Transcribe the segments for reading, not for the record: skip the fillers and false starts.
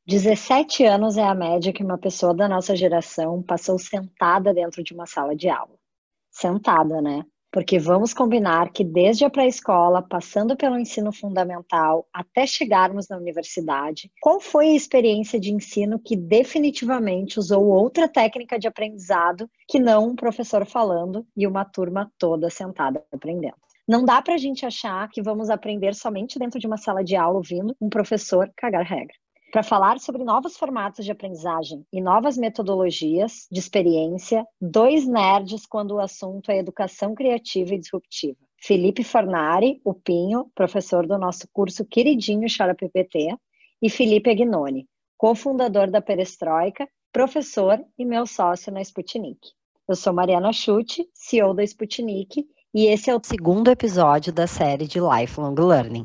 17 anos é a média que uma pessoa da nossa geração passou sentada dentro de uma sala de aula. Sentada, né? Porque vamos combinar que desde a pré-escola, passando pelo ensino fundamental, até chegarmos na universidade, qual foi a experiência de ensino que definitivamente usou outra técnica de aprendizado que não um professor falando e uma turma toda sentada aprendendo? Não dá para a gente achar que vamos aprender somente dentro de uma sala de aula ouvindo um professor cagar regra. Para falar sobre novos formatos de aprendizagem e novas metodologias de experiência, dois nerds quando o assunto é educação criativa e disruptiva. Felipe Fornari, o Pinho, professor do nosso curso queridinho Chora PPT, e Felipe Agnoni, cofundador da Perestroika, professor e meu sócio na Sputnik. Eu sou Mariana Schutte, CEO da Sputnik, e esse é o segundo episódio da série de Lifelong Learning.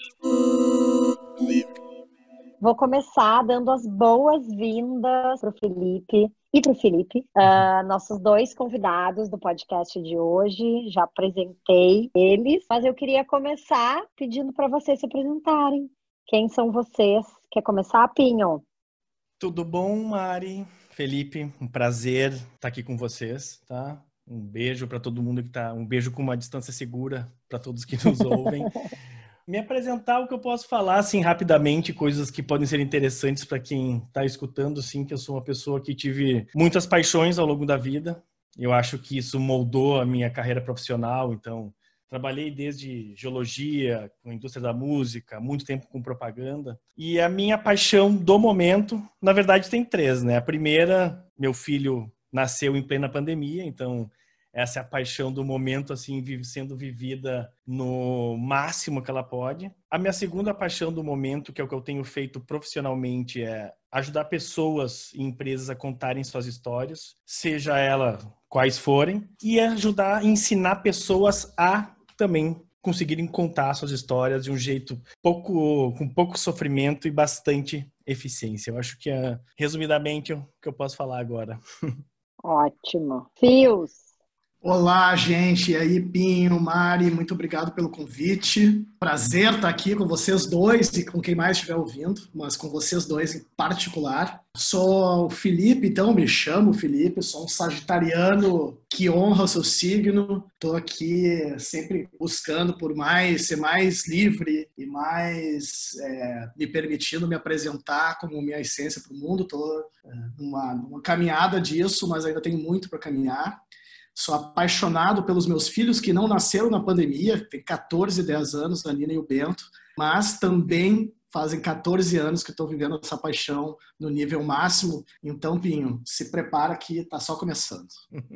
Vou começar dando as boas-vindas para o Felipe e para o Felipe, nossos dois convidados do podcast de hoje. Já apresentei eles, mas eu queria começar pedindo para vocês se apresentarem. Quem são vocês? Quer começar, Pinho? Tudo bom, Mari? Felipe, um prazer estar aqui com vocês, tá? Um beijo para todo mundo que tá, um beijo com uma distância segura para todos que nos ouvem. Me apresentar o que eu posso falar, assim, rapidamente, coisas que podem ser interessantes para quem está escutando, sim, que eu sou uma pessoa que tive muitas paixões ao longo da vida. Eu acho que isso moldou a minha carreira profissional, então trabalhei desde geologia, com a indústria da música, muito tempo com propaganda. E a minha paixão do momento, na verdade, tem três, né? A primeira, meu filho nasceu em plena pandemia, então essa é a paixão do momento, assim, sendo vivida no máximo que ela pode. A minha segunda paixão do momento, que é o que eu tenho feito profissionalmente, é ajudar pessoas e empresas a contarem suas histórias, seja ela quais forem, e ajudar a ensinar pessoas a também conseguirem contar suas histórias de um jeito com pouco sofrimento e bastante eficiência. Eu acho que é, resumidamente, o que eu posso falar agora. Ótimo. Fios. Olá, gente. E aí, Pinho, Mari, muito obrigado pelo convite. Prazer estar aqui com vocês dois e com quem mais estiver ouvindo, mas com vocês dois em particular. Sou o Felipe, então me chamo Felipe, sou um sagitariano que honra o seu signo. Estou aqui sempre buscando por ser mais livre e mais me permitindo me apresentar como minha essência para o mundo. Estou numa caminhada disso, mas ainda tenho muito para caminhar. Sou apaixonado pelos meus filhos que não nasceram na pandemia, tem 14 e 10 anos, a Nina e o Bento, mas também fazem 14 anos que estou vivendo essa paixão no nível máximo. Então, Pinho, se prepara que está só começando.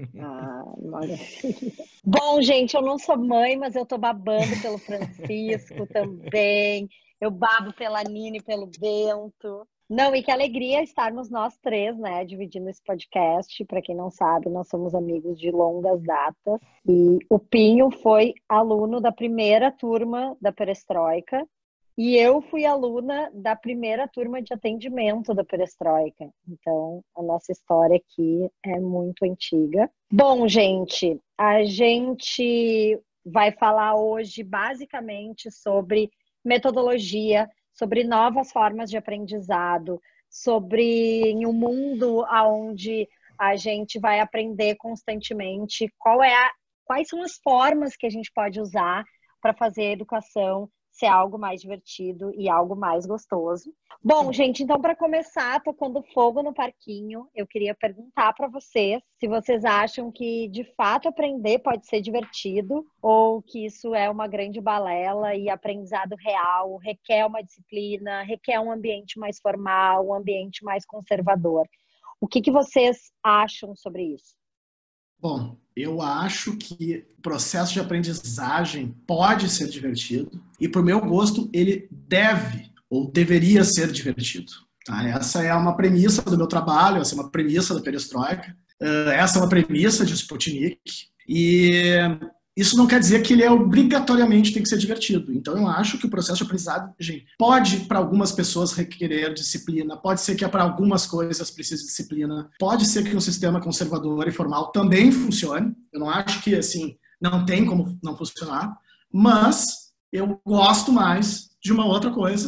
Maravilha. Bom, gente, eu não sou mãe, mas eu estou babando pelo Francisco também. Eu babo pela Nina e pelo Bento. Não, e que alegria estarmos nós três, né, dividindo esse podcast. Para quem não sabe, nós somos amigos de longas datas. E o Pinho foi aluno da primeira turma da Perestroika e eu fui aluna da primeira turma de atendimento da Perestroika. Então, a nossa história aqui é muito antiga. Bom, gente, a gente vai falar hoje basicamente sobre metodologia, sobre novas formas de aprendizado, sobre um mundo onde a gente vai aprender constantemente quais são as formas que a gente pode usar para fazer a educação ser algo mais divertido e algo mais gostoso. Bom, gente, então para começar, tocando fogo no parquinho, eu queria perguntar para vocês se vocês acham que de fato aprender pode ser divertido ou que isso é uma grande balela e aprendizado real requer uma disciplina, requer um ambiente mais formal, um ambiente mais conservador. O que vocês acham sobre isso? Bom, eu acho que o processo de aprendizagem pode ser divertido e, por meu gosto, ele deve ou deveria ser divertido. Tá? Essa é uma premissa do meu trabalho, essa é uma premissa da Perestroika, essa é uma premissa de Sputnik e isso não quer dizer que ele obrigatoriamente tem que ser divertido. Então, eu acho que o processo de aprendizagem pode, para algumas pessoas, requerer disciplina. Pode ser que para algumas coisas precise de disciplina. Pode ser que um sistema conservador e formal também funcione. Eu não acho que, assim, não tem como não funcionar. Mas eu gosto mais de uma outra coisa,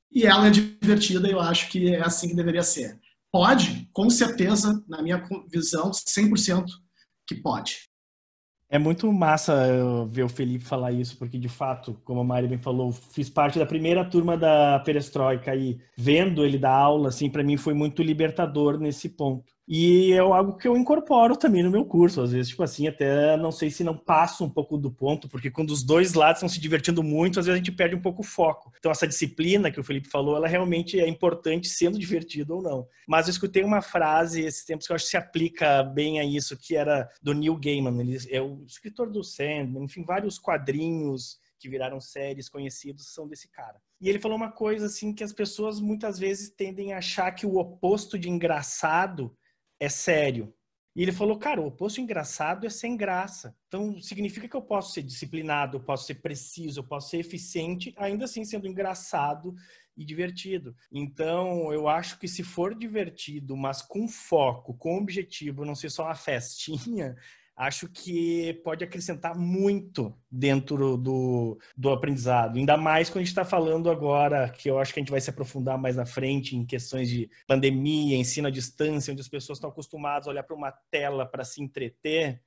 e ela é divertida e eu acho que é assim que deveria ser. Pode, com certeza, na minha visão, 100% que pode. É muito massa eu ver o Felipe falar isso, porque de fato, como a Mari bem falou, fiz parte da primeira turma da Perestroika e vendo ele dar aula, assim, para mim foi muito libertador nesse ponto. E é algo que eu incorporo também no meu curso, às vezes, tipo assim, até não sei se não passo um pouco do ponto, porque quando os dois lados estão se divertindo muito, às vezes a gente perde um pouco o foco. Então essa disciplina que o Felipe falou, ela realmente é importante, sendo divertido ou não. Mas eu escutei uma frase esses tempos que eu acho que se aplica bem a isso, que era do Neil Gaiman, ele é o escritor do Sandman, enfim, vários quadrinhos que viraram séries conhecidos são desse cara. E ele falou uma coisa assim que as pessoas muitas vezes tendem a achar que o oposto de engraçado é sério. E ele falou, cara, o oposto de engraçado é sem graça. Então, significa que eu posso ser disciplinado, eu posso ser preciso, eu posso ser eficiente, ainda assim sendo engraçado e divertido. Então, eu acho que se for divertido, mas com foco, com objetivo, não ser só uma festinha, acho que pode acrescentar muito dentro do aprendizado. Ainda mais quando a gente está falando agora, que eu acho que a gente vai se aprofundar mais na frente em questões de pandemia, ensino à distância, onde as pessoas estão acostumadas a olhar para uma tela para se entreter,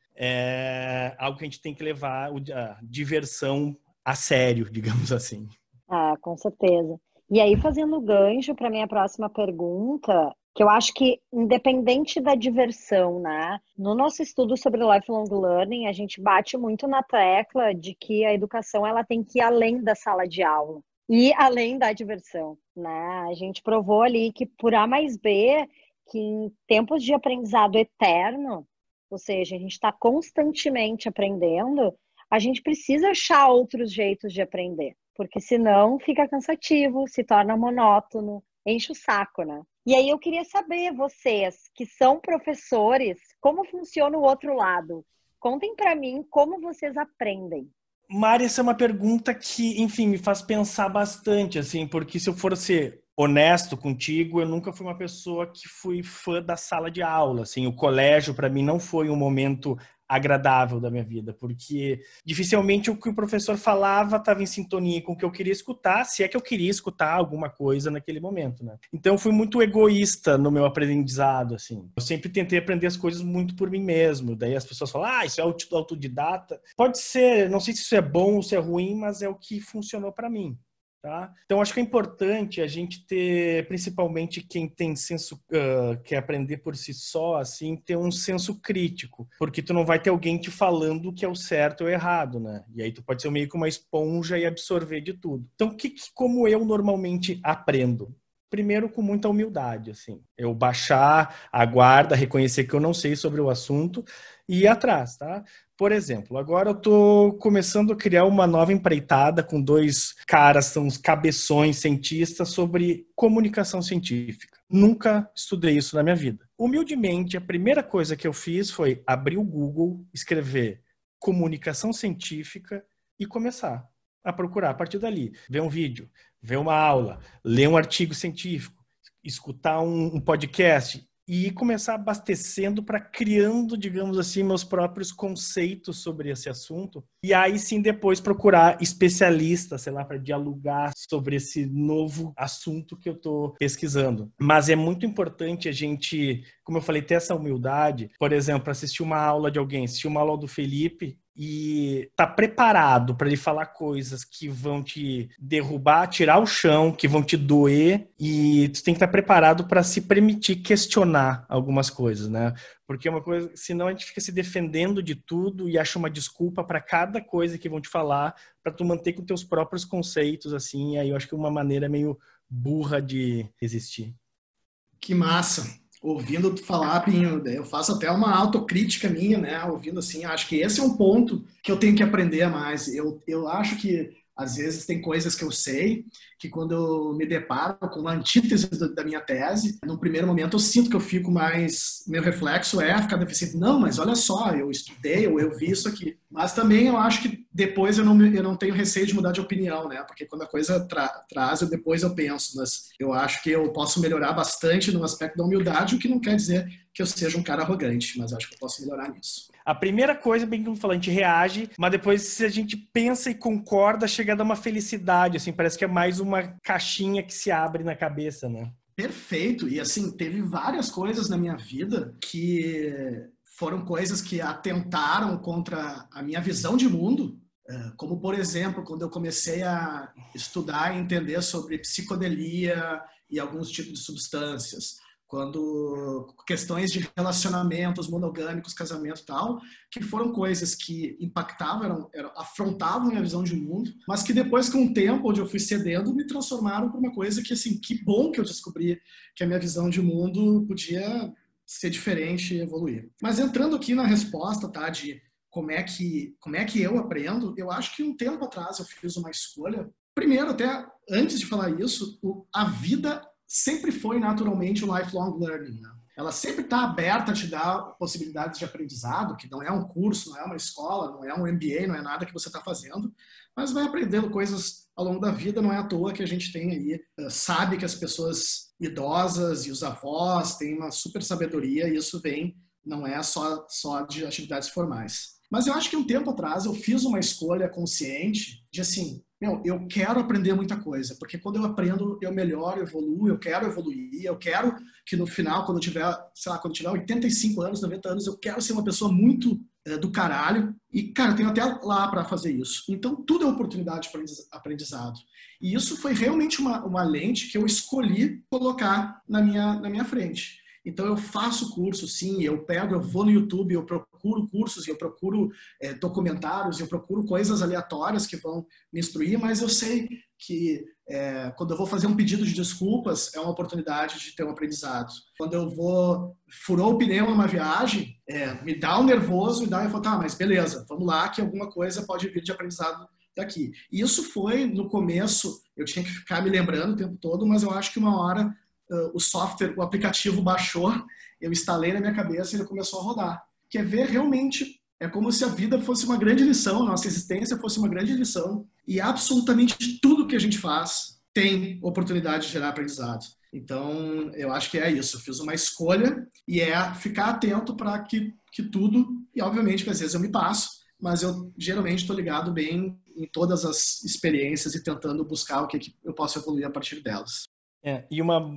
é algo que a gente tem que levar a diversão a sério, digamos assim. Ah, com certeza. E aí, fazendo gancho para minha próxima pergunta, que eu acho que, independente da diversão, né? No nosso estudo sobre lifelong learning, a gente bate muito na tecla de que a educação ela tem que ir além da sala de aula e além da diversão, né? A gente provou ali que por A mais B, que em tempos de aprendizado eterno, ou seja, a gente está constantemente aprendendo, a gente precisa achar outros jeitos de aprender, porque senão fica cansativo, se torna monótono, enche o saco, né? E aí eu queria saber, vocês que são professores, como funciona o outro lado? Contem para mim como vocês aprendem. Mari, essa é uma pergunta que, enfim, me faz pensar bastante, assim, porque se eu for ser honesto contigo, eu nunca fui uma pessoa que fui fã da sala de aula, assim, o colégio para mim não foi um momento agradável da minha vida, porque dificilmente o que o professor falava estava em sintonia com o que eu queria escutar, se é que eu queria escutar alguma coisa naquele momento, né? Então eu fui muito egoísta no meu aprendizado, assim. Eu sempre tentei aprender as coisas muito por mim mesmo. Daí as pessoas falam, isso é autodidata. Pode ser, não sei se isso é bom ou se é ruim, mas é o que funcionou para mim. Tá? Então, acho que é importante a gente ter, principalmente quem tem senso, quer aprender por si só, assim, ter um senso crítico, porque tu não vai ter alguém te falando o que é o certo ou o errado, né? E aí tu pode ser meio que uma esponja e absorver de tudo. Então, como eu normalmente aprendo? Primeiro, com muita humildade, assim. Eu baixar a guarda, reconhecer que eu não sei sobre o assunto e ir atrás, tá? Por exemplo, agora eu estou começando a criar uma nova empreitada com dois caras, são os cabeções cientistas, sobre comunicação científica. Nunca estudei isso na minha vida. Humildemente, a primeira coisa que eu fiz foi abrir o Google, escrever comunicação científica e começar a procurar a partir dali. Ver um vídeo, ver uma aula, ler um artigo científico, escutar um podcast e começar abastecendo para criando, digamos assim, meus próprios conceitos sobre esse assunto. E aí sim depois procurar especialistas, sei lá, para dialogar sobre esse novo assunto que eu estou pesquisando. Mas é muito importante a gente, como eu falei, ter essa humildade. Por exemplo, assistir uma aula de alguém, assistir uma aula do Felipe e tá preparado para ele falar coisas que vão te derrubar, tirar o chão, que vão te doer, e tu tem que estar preparado para se permitir questionar algumas coisas, né? Porque é uma coisa, senão a gente fica se defendendo de tudo e acha uma desculpa para cada coisa que vão te falar, para tu manter com teus próprios conceitos, assim, e aí eu acho que é uma maneira meio burra de existir. Que massa! Ouvindo tu falar, Pinho, eu faço até uma autocrítica minha, né? Ouvindo assim, acho que esse é um ponto que eu tenho que aprender mais. Eu acho que, às vezes, tem coisas que eu sei, que quando eu me deparo com uma antítese da minha tese, no primeiro momento eu sinto que eu fico mais... Meu reflexo é ficar defensivo. Não, mas olha só, eu estudei ou eu vi isso aqui. Mas também eu acho que depois eu não tenho receio de mudar de opinião, né? Porque quando a coisa traz, depois eu penso. Mas eu acho que eu posso melhorar bastante no aspecto da humildade, o que não quer dizer que eu seja um cara arrogante, mas acho que eu posso melhorar nisso. A primeira coisa, bem como falou, a gente reage, mas depois se a gente pensa e concorda, chega a dar uma felicidade, assim, parece que é mais uma caixinha que se abre na cabeça, né? Perfeito. E assim, teve várias coisas na minha vida que foram coisas que atentaram contra a minha visão de mundo, como, por exemplo, quando eu comecei a estudar e entender sobre psicodelia e alguns tipos de substâncias, quando questões de relacionamentos monogâmicos, casamento e tal, que foram coisas que impactavam, afrontavam minha visão de mundo, mas que depois, com o tempo, onde eu fui cedendo, me transformaram para uma coisa que, assim, que bom que eu descobri que a minha visão de mundo podia ser diferente e evoluir. Mas entrando aqui na resposta, tá, de como é que eu aprendo, eu acho que um tempo atrás eu fiz uma escolha. Primeiro, até antes de falar isso, a vida sempre foi naturalmente um lifelong learning, né? Ela sempre está aberta a te dar possibilidades de aprendizado, que não é um curso, não é uma escola, não é um MBA, não é nada que você está fazendo, mas vai aprendendo coisas ao longo da vida. Não é à toa que a gente tem aí, sabe que as pessoas idosas e os avós têm uma super sabedoria, e isso vem, não é só de atividades formais. Mas eu acho que um tempo atrás eu fiz uma escolha consciente de assim, eu quero aprender muita coisa, porque quando eu aprendo, eu melhoro, eu evoluo, eu quero evoluir, eu quero que no final, quando eu tiver, sei lá, quando eu tiver 85 anos, 90 anos, eu quero ser uma pessoa muito do caralho. E, cara, eu tenho até lá para fazer isso. Então, tudo é oportunidade de aprendizado. E isso foi realmente uma lente que eu escolhi colocar na minha frente. Então, eu faço curso, sim, eu vou no YouTube, eu procuro cursos, eu procuro documentários, eu procuro coisas aleatórias que vão me instruir, mas eu sei que quando eu vou fazer um pedido de desculpas, é uma oportunidade de ter um aprendizado. Quando eu furou o pneu numa viagem, me dá um nervoso, eu falo, tá, mas beleza, vamos lá, que alguma coisa pode vir de aprendizado daqui. E isso foi, no começo, eu tinha que ficar me lembrando o tempo todo, mas eu acho que uma hora o software, o aplicativo baixou, eu instalei na minha cabeça e ele começou a rodar. Quer ver, realmente, é como se a vida fosse uma grande lição, nossa existência fosse uma grande lição, e absolutamente tudo que a gente faz tem oportunidade de gerar aprendizado. Então, eu acho que é isso. Eu fiz uma escolha e é ficar atento para que tudo, e obviamente que às vezes eu me passo, mas eu geralmente estou ligado bem em todas as experiências e tentando buscar o que eu posso evoluir a partir delas. E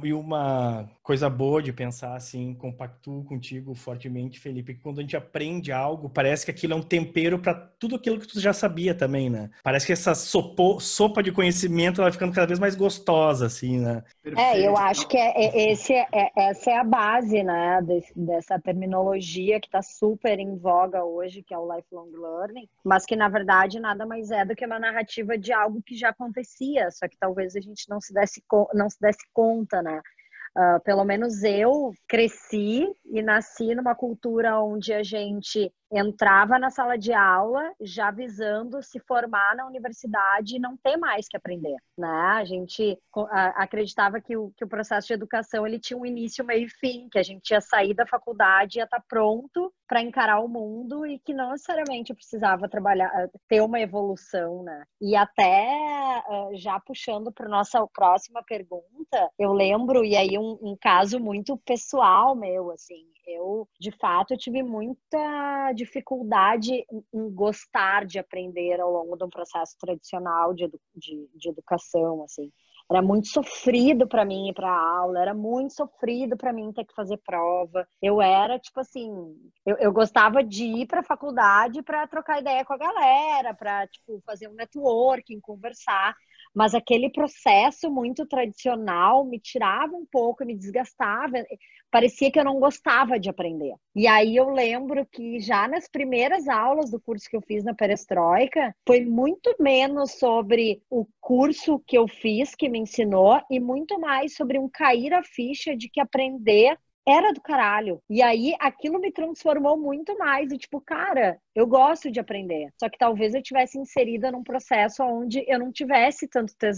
uma coisa boa de pensar assim, compactuo contigo fortemente, Felipe, que quando a gente aprende algo, parece que aquilo é um tempero para tudo aquilo que tu já sabia também, né? Parece que essa sopa de conhecimento ela vai ficando cada vez mais gostosa, assim, né? Eu acho que essa é a base, né, dessa terminologia que está super em voga hoje, que é o lifelong learning, mas que, na verdade, nada mais é do que uma narrativa de algo que já acontecia, só que talvez a gente não se desse conta, né? Pelo menos eu cresci e nasci numa cultura onde a gente entrava na sala de aula já visando se formar na universidade e não ter mais que aprender, né? A gente acreditava que o processo de educação ele tinha um início, meio e fim, que a gente ia sair da faculdade e ia estar pronto para encarar o mundo e que não necessariamente precisava trabalhar, ter uma evolução, né? E até já puxando para nossa próxima pergunta, eu lembro, e aí um caso muito pessoal meu, assim, eu, de fato, tive muita dificuldade em gostar de aprender ao longo de um processo tradicional de educação, assim. Era muito sofrido para mim ir para aula, era muito sofrido para mim ter que fazer prova. Eu era, tipo assim, eu gostava de ir para a faculdade para trocar ideia com a galera, para, tipo, fazer um networking, conversar. Mas aquele processo muito tradicional me tirava um pouco, me desgastava. Parecia que eu não gostava de aprender. E aí eu lembro que já nas primeiras aulas do curso que eu fiz na Perestroika, foi muito menos sobre o curso que eu fiz, que me ensinou, e muito mais sobre um cair a ficha de que aprender era do caralho. E aí aquilo me transformou muito mais. E tipo, cara, eu gosto de aprender. Só que talvez eu tivesse inserida num processo onde eu não tivesse tanto tesão.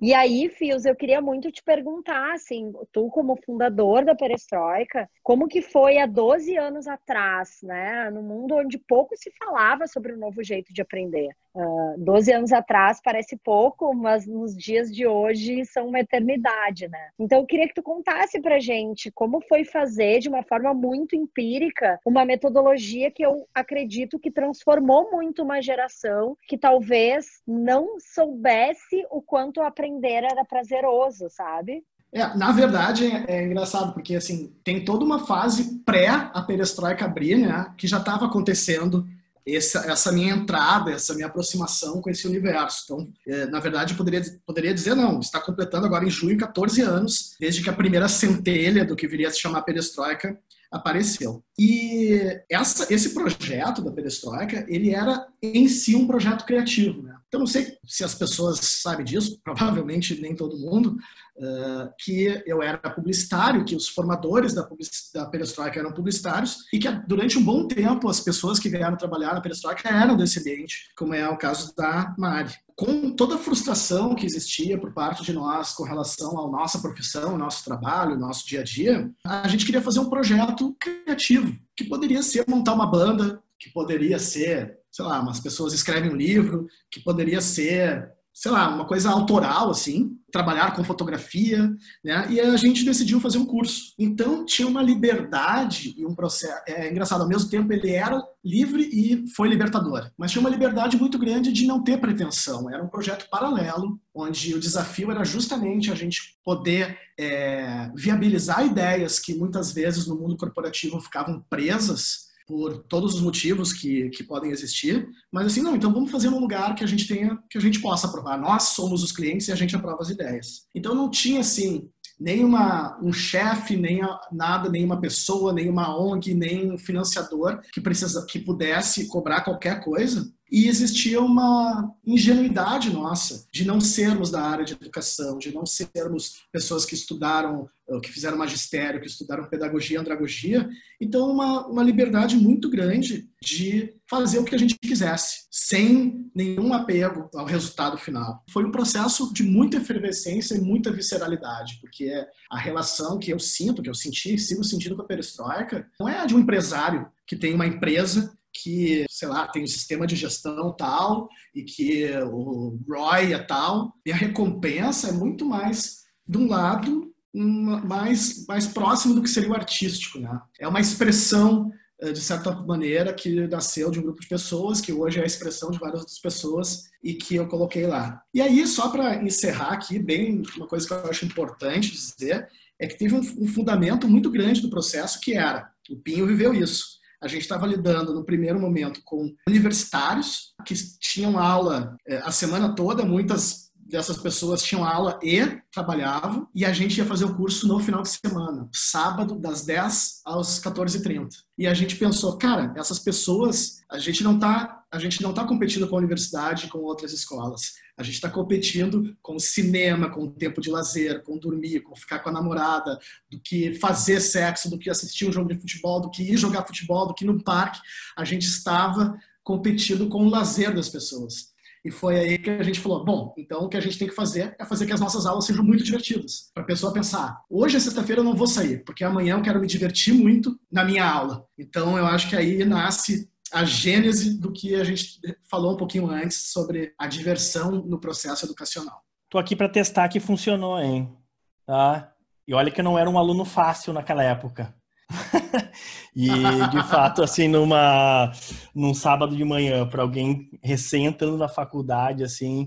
E aí, Fios, eu queria muito te perguntar, assim, tu como fundador da Perestroika, como que foi há 12 anos atrás, né? No mundo onde pouco se falava sobre o novo jeito de aprender. 12 anos atrás parece pouco, mas nos dias de hoje são uma eternidade, né? Então eu queria que tu contasse pra gente como foi fazer de uma forma muito empírica uma metodologia que eu acredito que transformou muito uma geração que talvez não soubesse o quanto aprender era prazeroso, sabe? Na verdade, é engraçado, porque assim, tem toda uma fase pré a perestroika abrir, né, que já estava acontecendo essa minha entrada, essa minha aproximação com esse universo. Então, na verdade, poderia dizer não, está completando agora em junho 14 anos, desde que a primeira centelha do que viria a se chamar perestroika apareceu. E esse projeto da perestroika, ele era em si um projeto criativo, né? Então, não sei se as pessoas sabem disso, provavelmente nem todo mundo, que eu era publicitário, que os formadores da perestroika eram publicitários e que durante um bom tempo as pessoas que vieram trabalhar na perestroika eram desse ambiente, como é o caso da Mari. Com toda a frustração que existia por parte de nós com relação à nossa profissão, ao nosso trabalho, ao nosso dia a dia, a gente queria fazer um projeto criativo, que poderia ser montar uma banda, que poderia ser, sei lá, umas pessoas escrevem um livro, que poderia ser, sei lá, uma coisa autoral, assim, trabalhar com fotografia, né? E a gente decidiu fazer um curso. Então, tinha uma liberdade e um processo... É engraçado, ao mesmo tempo ele era livre e foi libertador. Mas tinha uma liberdade muito grande de não ter pretensão. Era um projeto paralelo, onde o desafio era justamente a gente poder viabilizar ideias que muitas vezes no mundo corporativo ficavam presas por todos os motivos que podem existir, mas assim, não, então vamos fazer num lugar que a gente possa aprovar. Nós somos os clientes e a gente aprova as ideias. Então não tinha, assim, nem um chefe, nem nada, nem uma pessoa, nem uma ONG, nem um financiador que pudesse cobrar qualquer coisa. E existia uma ingenuidade nossa de não sermos da área de educação, de não sermos pessoas que estudaram, que fizeram magistério, que estudaram pedagogia e andragogia. Então, uma liberdade muito grande de fazer o que a gente quisesse, sem nenhum apego ao resultado final. Foi um processo de muita efervescência e muita visceralidade, porque a relação que eu sinto, que eu senti, sigo sentindo com a perestroika, não é a de um empresário que tem uma empresa que, sei lá, tem um sistema de gestão tal e que o ROI é tal, e a recompensa é muito mais de um lado mais próximo do que seria o artístico, né? É uma expressão, de certa maneira, que nasceu de um grupo de pessoas, que hoje é a expressão de várias outras pessoas e que eu coloquei lá. E aí, só para encerrar aqui, bem, uma coisa que eu acho importante dizer, é que teve um fundamento muito grande do processo, que era, o Pinho viveu isso. A gente estava lidando, no primeiro momento, com universitários que tinham aula a semana toda, muitas dessas pessoas tinham aula e trabalhavam, e a gente ia fazer o curso no final de semana, sábado, das 10 às 14h30. E a gente pensou, cara, essas pessoas, a gente não tá competindo com a universidade e com outras escolas. A gente está competindo com o cinema, com o tempo de lazer, com dormir, com ficar com a namorada, do que fazer sexo, do que assistir um jogo de futebol, do que ir jogar futebol, do que ir no parque. A gente estava competindo com o lazer das pessoas. E foi aí que a gente falou, bom, então o que a gente tem que fazer é fazer que as nossas aulas sejam muito divertidas. Para a pessoa pensar, hoje é sexta-feira eu não vou sair, porque amanhã eu quero me divertir muito na minha aula. Então eu acho que aí nasce a gênese do que a gente falou um pouquinho antes sobre a diversão no processo educacional. Tô aqui para testar que funcionou, hein? Tá? E olha que eu não era um aluno fácil naquela época. E, de fato, assim, num sábado de manhã, para alguém recém entrando na faculdade, assim...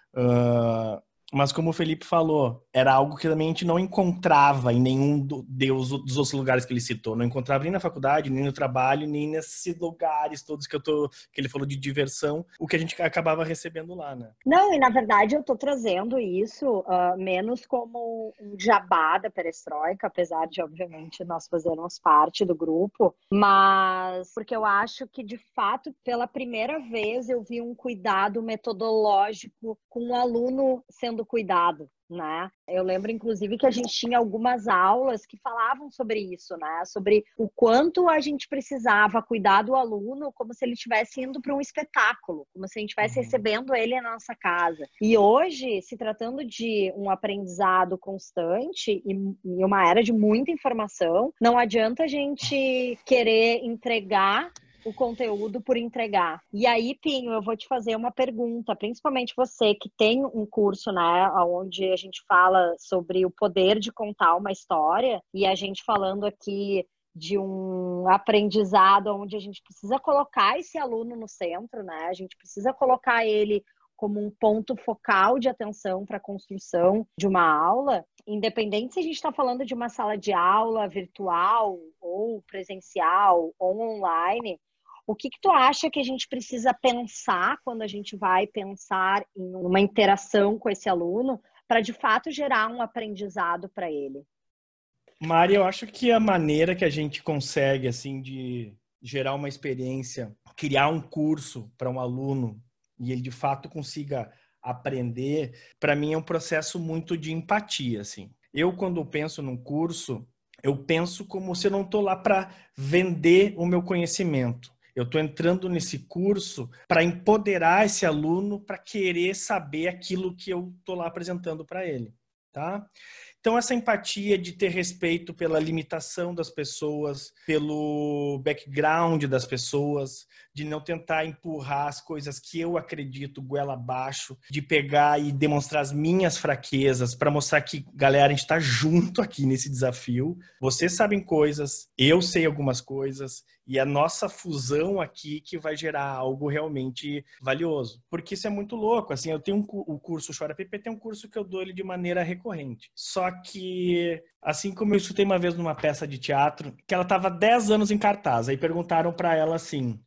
Mas como o Felipe falou, era algo que também a gente não encontrava em nenhum dos outros lugares que ele citou. Não encontrava nem na faculdade, nem no trabalho, nem nesses lugares todos que ele falou de diversão, o que a gente acabava recebendo lá, né? Não, e na verdade eu tô trazendo isso menos como um jabá da perestroika, apesar de, obviamente, nós fazermos parte do grupo, mas porque eu acho que, de fato, pela primeira vez eu vi um cuidado metodológico com o aluno sendo cuidado. né? Eu lembro, inclusive, que a gente tinha algumas aulas que falavam sobre isso, né? Sobre o quanto a gente precisava cuidar do aluno como se ele estivesse indo para um espetáculo, como se a gente estivesse recebendo ele na nossa casa. E hoje, se tratando de um aprendizado constante e uma era de muita informação, não adianta a gente querer entregar o conteúdo por entregar. E aí, Pinho, eu vou te fazer uma pergunta, principalmente você que tem um curso, né, onde a gente fala sobre o poder de contar uma história, e a gente falando aqui de um aprendizado onde a gente precisa colocar esse aluno no centro, né? A gente precisa colocar ele como um ponto focal de atenção para a construção de uma aula, independente se a gente está falando de uma sala de aula virtual ou presencial ou online. O que tu acha que a gente precisa pensar quando a gente vai pensar em uma interação com esse aluno para, de fato, gerar um aprendizado para ele? Mari, eu acho que a maneira que a gente consegue, assim, de gerar uma experiência, criar um curso para um aluno e ele, de fato, consiga aprender, para mim é um processo muito de empatia, assim. Eu, quando penso num curso, eu penso como se eu não estou lá para vender o meu conhecimento. Eu estou entrando nesse curso para empoderar esse aluno para querer saber aquilo que eu estou lá apresentando para ele, tá? Então, essa empatia de ter respeito pela limitação das pessoas, pelo background das pessoas, de não tentar empurrar as coisas que eu acredito goela abaixo, de pegar e demonstrar as minhas fraquezas para mostrar que, galera, a gente está junto aqui nesse desafio. Vocês sabem coisas, eu sei algumas coisas, e a nossa fusão aqui que vai gerar algo realmente valioso. Porque isso é muito louco. Assim, eu tenho o curso Chora PP, tem um curso que eu dou ele de maneira recorrente. Só que, assim como eu escutei uma vez numa peça de teatro, que ela estava 10 anos em cartaz, aí perguntaram para ela assim,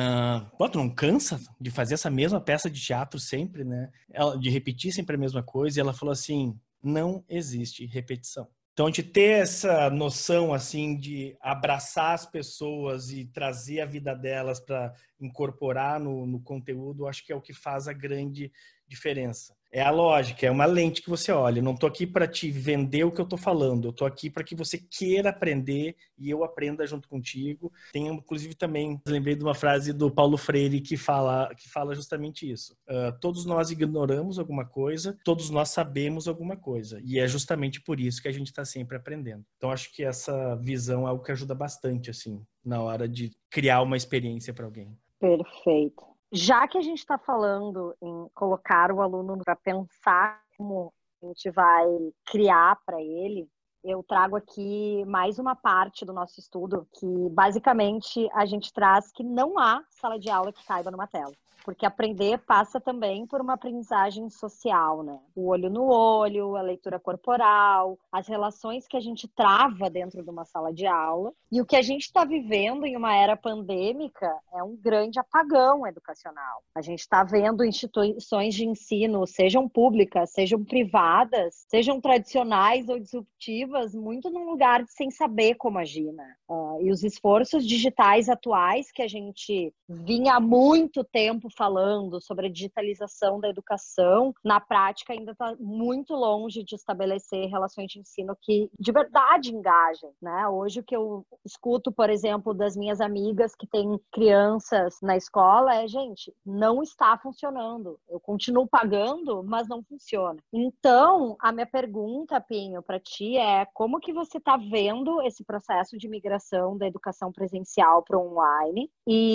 tu não cansa de fazer essa mesma peça de teatro sempre, né? De repetir sempre a mesma coisa? E ela falou assim, não existe repetição. Então, de ter essa noção, assim, de abraçar as pessoas e trazer a vida delas para incorporar no conteúdo, acho que é o que faz a grande diferença. É a lógica, é uma lente que você olha. Eu não estou aqui para te vender o que eu estou falando. Eu estou aqui para que você queira aprender e eu aprenda junto contigo. Tem, inclusive, também, lembrei de uma frase do Paulo Freire que fala justamente isso. Todos nós ignoramos alguma coisa, todos nós sabemos alguma coisa. E é justamente por isso que a gente está sempre aprendendo. Então, acho que essa visão é algo que ajuda bastante, assim, na hora de criar uma experiência para alguém. Perfeito. Já que a gente está falando em colocar o aluno para pensar como a gente vai criar para ele, eu trago aqui mais uma parte do nosso estudo que, basicamente, a gente traz que não há sala de aula que caiba numa tela. Porque aprender passa também por uma aprendizagem social, né? O olho no olho, a leitura corporal, as relações que a gente trava dentro de uma sala de aula. E o que a gente está vivendo em uma era pandêmica é um grande apagão educacional. A gente está vendo instituições de ensino, sejam públicas, sejam privadas, sejam tradicionais ou disruptivas, muito num lugar de sem saber como agir, né? E os esforços digitais atuais que a gente vinha há muito tempo falando sobre a digitalização da educação, na prática ainda está muito longe de estabelecer relações de ensino que de verdade engajem, né? Hoje o que eu escuto, por exemplo, das minhas amigas que têm crianças na escola é, gente, não está funcionando. Eu continuo pagando, mas não funciona. Então, a minha pergunta, Pinho, para ti é como que você está vendo esse processo de migração da educação presencial para o online?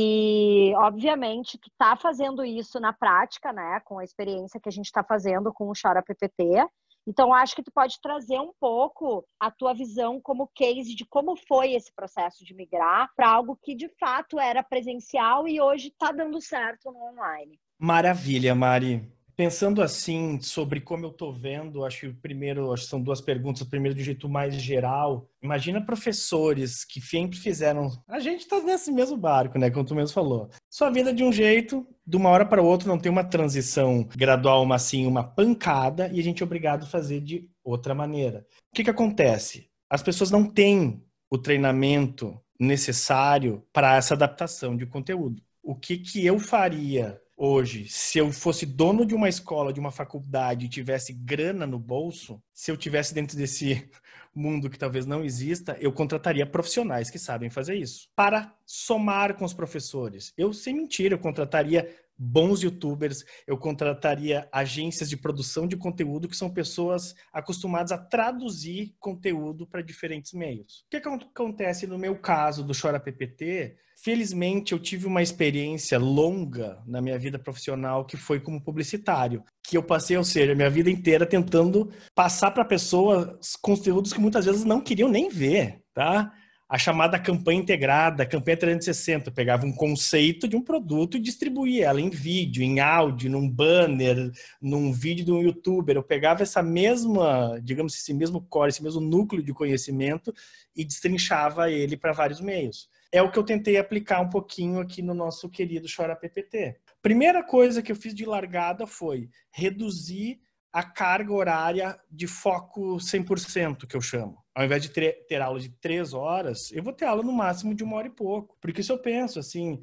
E, obviamente, tu está fazendo isso na prática, né, com a experiência que a gente está fazendo com o Chora PPT. Então, acho que tu pode trazer um pouco a tua visão como case de como foi esse processo de migrar para algo que, de fato, era presencial e hoje está dando certo no online. Maravilha, Mari. Pensando assim sobre como eu estou vendo, acho que são duas perguntas. O primeiro de um jeito mais geral. Imagina professores que sempre fizeram. A gente está nesse mesmo barco, né? Como tu mesmo falou. Sua vida de um jeito, de uma hora para outra, não tem uma transição gradual, uma pancada, e a gente é obrigado a fazer de outra maneira. O que acontece? As pessoas não têm o treinamento necessário para essa adaptação de conteúdo. O que eu faria hoje, se eu fosse dono de uma escola, de uma faculdade e tivesse grana no bolso, se eu tivesse dentro desse mundo que talvez não exista, eu contrataria profissionais que sabem fazer isso para somar com os professores. Eu, sem mentira, eu contrataria bons youtubers, eu contrataria agências de produção de conteúdo que são pessoas acostumadas a traduzir conteúdo para diferentes meios. O que acontece no meu caso do Chora PPT? Felizmente, eu tive uma experiência longa na minha vida profissional que foi como publicitário, que eu passei, ou seja, a minha vida inteira tentando passar para pessoas conteúdos que muitas vezes não queriam nem ver, tá? A chamada campanha integrada, campanha 360. Eu pegava um conceito de um produto e distribuía ela em vídeo, em áudio, num banner, num vídeo de um youtuber. Eu pegava essa mesma, digamos, esse mesmo core, esse mesmo núcleo de conhecimento e destrinchava ele para vários meios. É o que eu tentei aplicar um pouquinho aqui no nosso querido Chora PPT. Primeira coisa que eu fiz de largada foi reduzir a carga horária de foco 100%, que eu chamo. Ao invés de ter aula de 3 horas, eu vou ter aula no máximo de 1 hora e pouco. Porque se eu penso assim,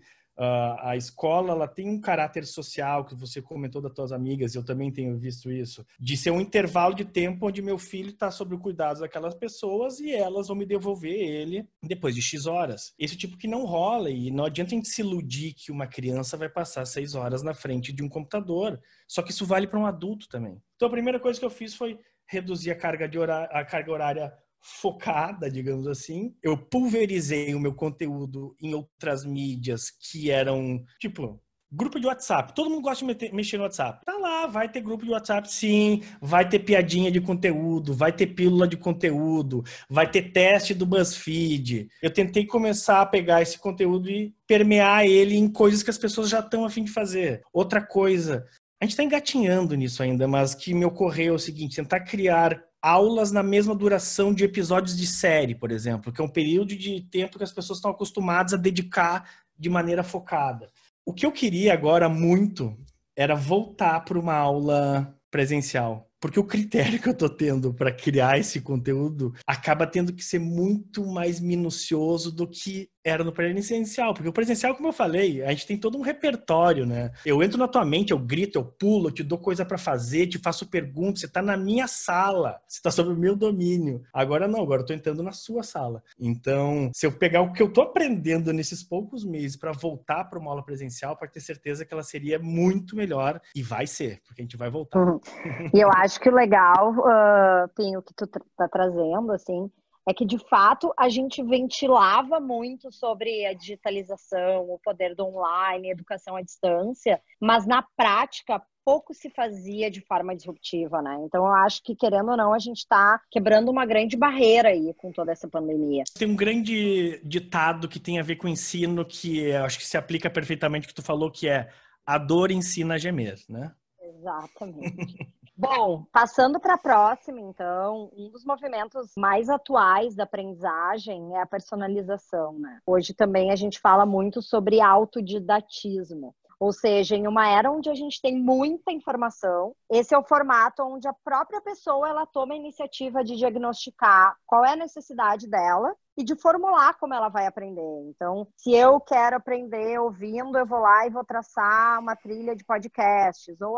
a escola ela tem um caráter social, que você comentou das tuas amigas, eu também tenho visto isso, de ser um intervalo de tempo onde meu filho está sob o cuidado daquelas pessoas e elas vão me devolver ele depois de X horas. Esse tipo que não rola, e não adianta a gente se iludir que uma criança vai passar 6 horas na frente de um computador. Só que isso vale para um adulto também. Então a primeira coisa que eu fiz foi reduzir a carga horária focada, digamos assim. Eu pulverizei o meu conteúdo em outras mídias que eram, tipo, grupo de WhatsApp. Todo mundo gosta de mexer no WhatsApp. Tá lá, vai ter grupo de WhatsApp sim, vai ter piadinha de conteúdo, vai ter pílula de conteúdo, vai ter teste do BuzzFeed. Eu tentei começar a pegar esse conteúdo e permear ele em coisas que as pessoas já estão a fim de fazer. Outra coisa, a gente está engatinhando nisso ainda, mas que me ocorreu é o seguinte, tentar criar aulas na mesma duração de episódios de série, por exemplo, que é um período de tempo que as pessoas estão acostumadas a dedicar de maneira focada. O que eu queria agora muito era voltar para uma aula presencial, porque o critério que eu estou tendo para criar esse conteúdo acaba tendo que ser muito mais minucioso do que era no presencial, porque o presencial, como eu falei, a gente tem todo um repertório, né? Eu entro na tua mente, eu grito, eu pulo, eu te dou coisa para fazer, te faço perguntas, você tá na minha sala, você tá sob o meu domínio. Agora não, agora eu tô entrando na sua sala. Então, se eu pegar o que eu tô aprendendo nesses poucos meses para voltar para uma aula presencial, pode ter certeza que ela seria muito melhor, e vai ser, porque a gente vai voltar. E eu acho que o legal, Pinho, que tu tá trazendo, assim, é que, de fato, a gente ventilava muito sobre a digitalização, o poder do online, a educação à distância, mas, na prática, pouco se fazia de forma disruptiva, né? Então, eu acho que, querendo ou não, a gente está quebrando uma grande barreira aí com toda essa pandemia. Tem um grande ditado que tem a ver com o ensino, que eu acho que se aplica perfeitamente ao que tu falou, que é a dor ensina a gemer, né? Exatamente. Bom, passando para a próxima, então, um dos movimentos mais atuais da aprendizagem é a personalização, né? Hoje também a gente fala muito sobre autodidatismo. Ou seja, em uma era onde a gente tem muita informação, esse é o formato onde a própria pessoa ela toma a iniciativa de diagnosticar qual é a necessidade dela e de formular como ela vai aprender. Então, se eu quero aprender ouvindo, eu vou lá e vou traçar uma trilha de podcasts. Ou,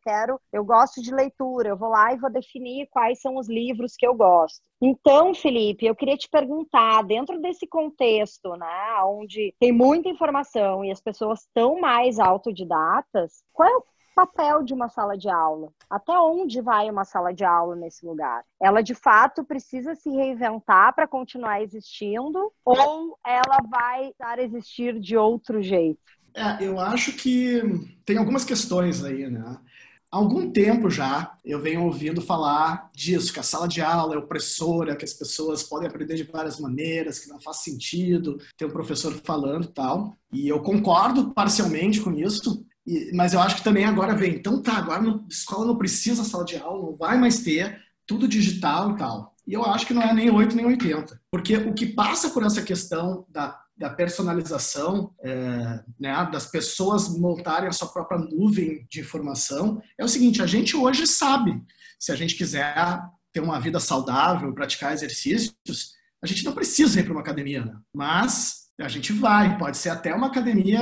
eu gosto de leitura, eu vou lá e vou definir quais são os livros que eu gosto. Então, Felipe, eu queria te perguntar, dentro desse contexto, né, onde tem muita informação e as pessoas estão mais autodidatas, qual é o papel de uma sala de aula? Até onde vai uma sala de aula nesse lugar? Ela, de fato, precisa se reinventar para continuar existindo ou ela vai estar a existir de outro jeito? Eu acho que tem algumas questões aí, né? Há algum tempo já eu venho ouvindo falar disso, que a sala de aula é opressora, que as pessoas podem aprender de várias maneiras, que não faz sentido ter um professor falando e tal. E eu concordo parcialmente com isso, mas eu acho que também agora vem, então tá, agora a escola não precisa de sala de aula, não vai mais ter, tudo digital e tal. E eu acho que não é nem 8 nem 80. Porque o que passa por essa questão da personalização, né, das pessoas montarem a sua própria nuvem de informação, é o seguinte, a gente hoje sabe, se a gente quiser ter uma vida saudável, praticar exercícios, a gente não precisa ir para uma academia, né? Mas A gente vai, pode ser até uma academia